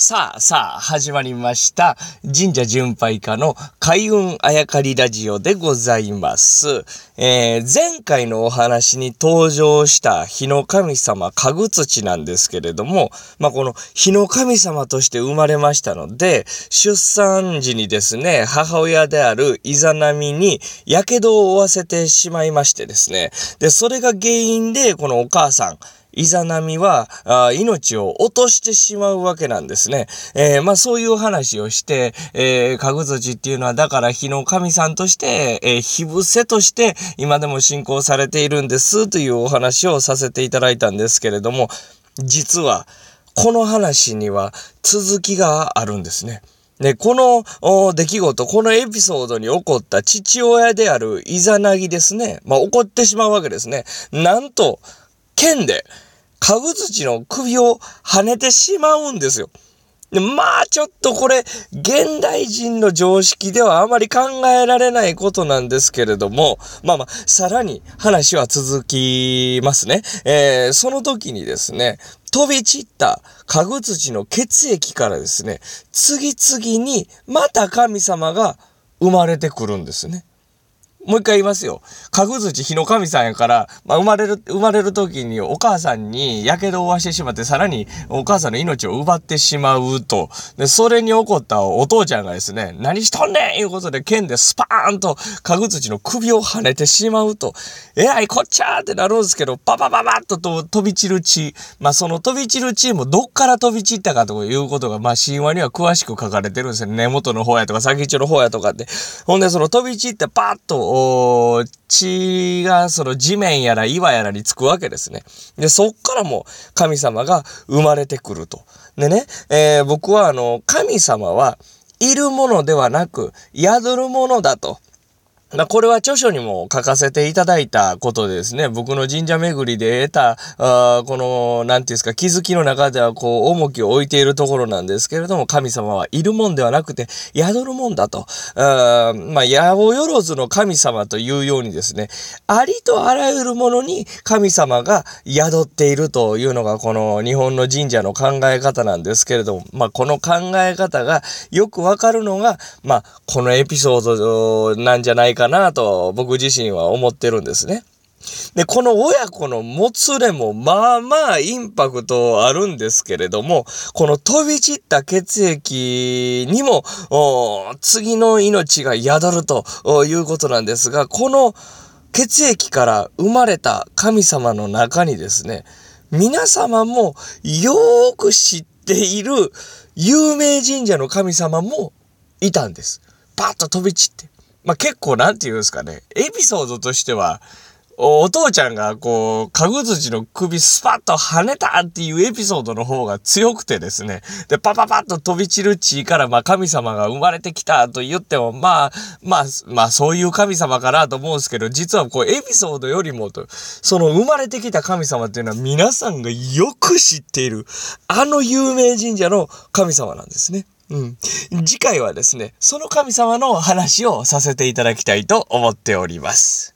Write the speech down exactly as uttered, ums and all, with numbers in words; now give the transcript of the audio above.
さあさあ始まりました神社巡拝家の開運あやかりラジオでございます。えー、前回のお話に登場した火の神様かぐつちなんですけれども、まあ、この火の神様として生まれましたので、出産時にですね、母親であるイザナミに火傷を負わせてしまいましてですね、で、それが原因でこのお母さん、イザナミはあ命を落としてしまうわけなんですね。えー、まあそういう話をして、えー、かぐつちっていうのはだから火の神さんとして、えー、火伏せとして今でも信仰されているんですというお話をさせていただいたんですけれども、実はこの話には続きがあるんですね。で、この出来事、このエピソードに起こった父親であるイザナギですね。まあ起こってしまうわけですね。なんと、剣で、かぐつちの首を跳ねてしまうんですよ。で、まあちょっとこれ、現代人の常識ではあまり考えられないことなんですけれども、まあまあ、さらに話は続きますね。えー、その時にですね、飛び散ったかぐつちの血液からですね、次々にまた神様が生まれてくるんですね。もう一回言いますよ。かぐつち火の神さんやから、まあ、生まれる、生まれる時にお母さんに火傷を負わしてしまって、さらにお母さんの命を奪ってしまうと。で、それに起こったお父ちゃんがですね、何しとんねんいうことで剣でスパーンとかぐつちの首を跳ねてしまうと。えらいこっちゃーってなるんですけど、パパパパッとと飛び散る血。まあ、その飛び散る血もどっから飛び散ったかということが、まあ、神話には詳しく書かれてるんですよ。根元の方やとか先っちょの方やとかって。ほんで、その飛び散ってパッと、血がその地面やら岩やらにつくわけですね。で、そっからも神様が生まれてくると。でね、えー、僕はあの、神様はいるものではなく、宿るものだと。まあ、これは著書にも書かせていただいたことでですね、僕の神社巡りで得た、あこの、なんていうんですか、気づきの中ではこう、重きを置いているところなんですけれども、神様はいるもんではなくて、宿るもんだと。あまあ、八百万の神様というようにですね、ありとあらゆるものに神様が宿っているというのが、この日本の神社の考え方なんですけれども、まあ、この考え方がよくわかるのが、まあ、このエピソードなんじゃないかかなと僕自身は思ってるんですね。で、この親子のもつれもまあまあインパクトあるんですけれども、この飛び散った血液にも次の命が宿るということなんですが、この血液から生まれた神様の中にですね、皆様もよーく知っている有名神社の神様もいたんです。パッと飛び散って。まあ、結構なんて言うんですかね。エピソードとしては、お, お父ちゃんがこう、かぐつちの首スパッと跳ねたっていうエピソードの方が強くてですね。で、パパパッと飛び散る血から、まあ神様が生まれてきたと言っても、まあ、まあ、まあそういう神様かなと思うんですけど、実はこうエピソードよりもと、その生まれてきた神様っていうのは皆さんがよく知っている、あの有名神社の神様なんですね。うん。次回はですね、その神様の話をさせていただきたいと思っております。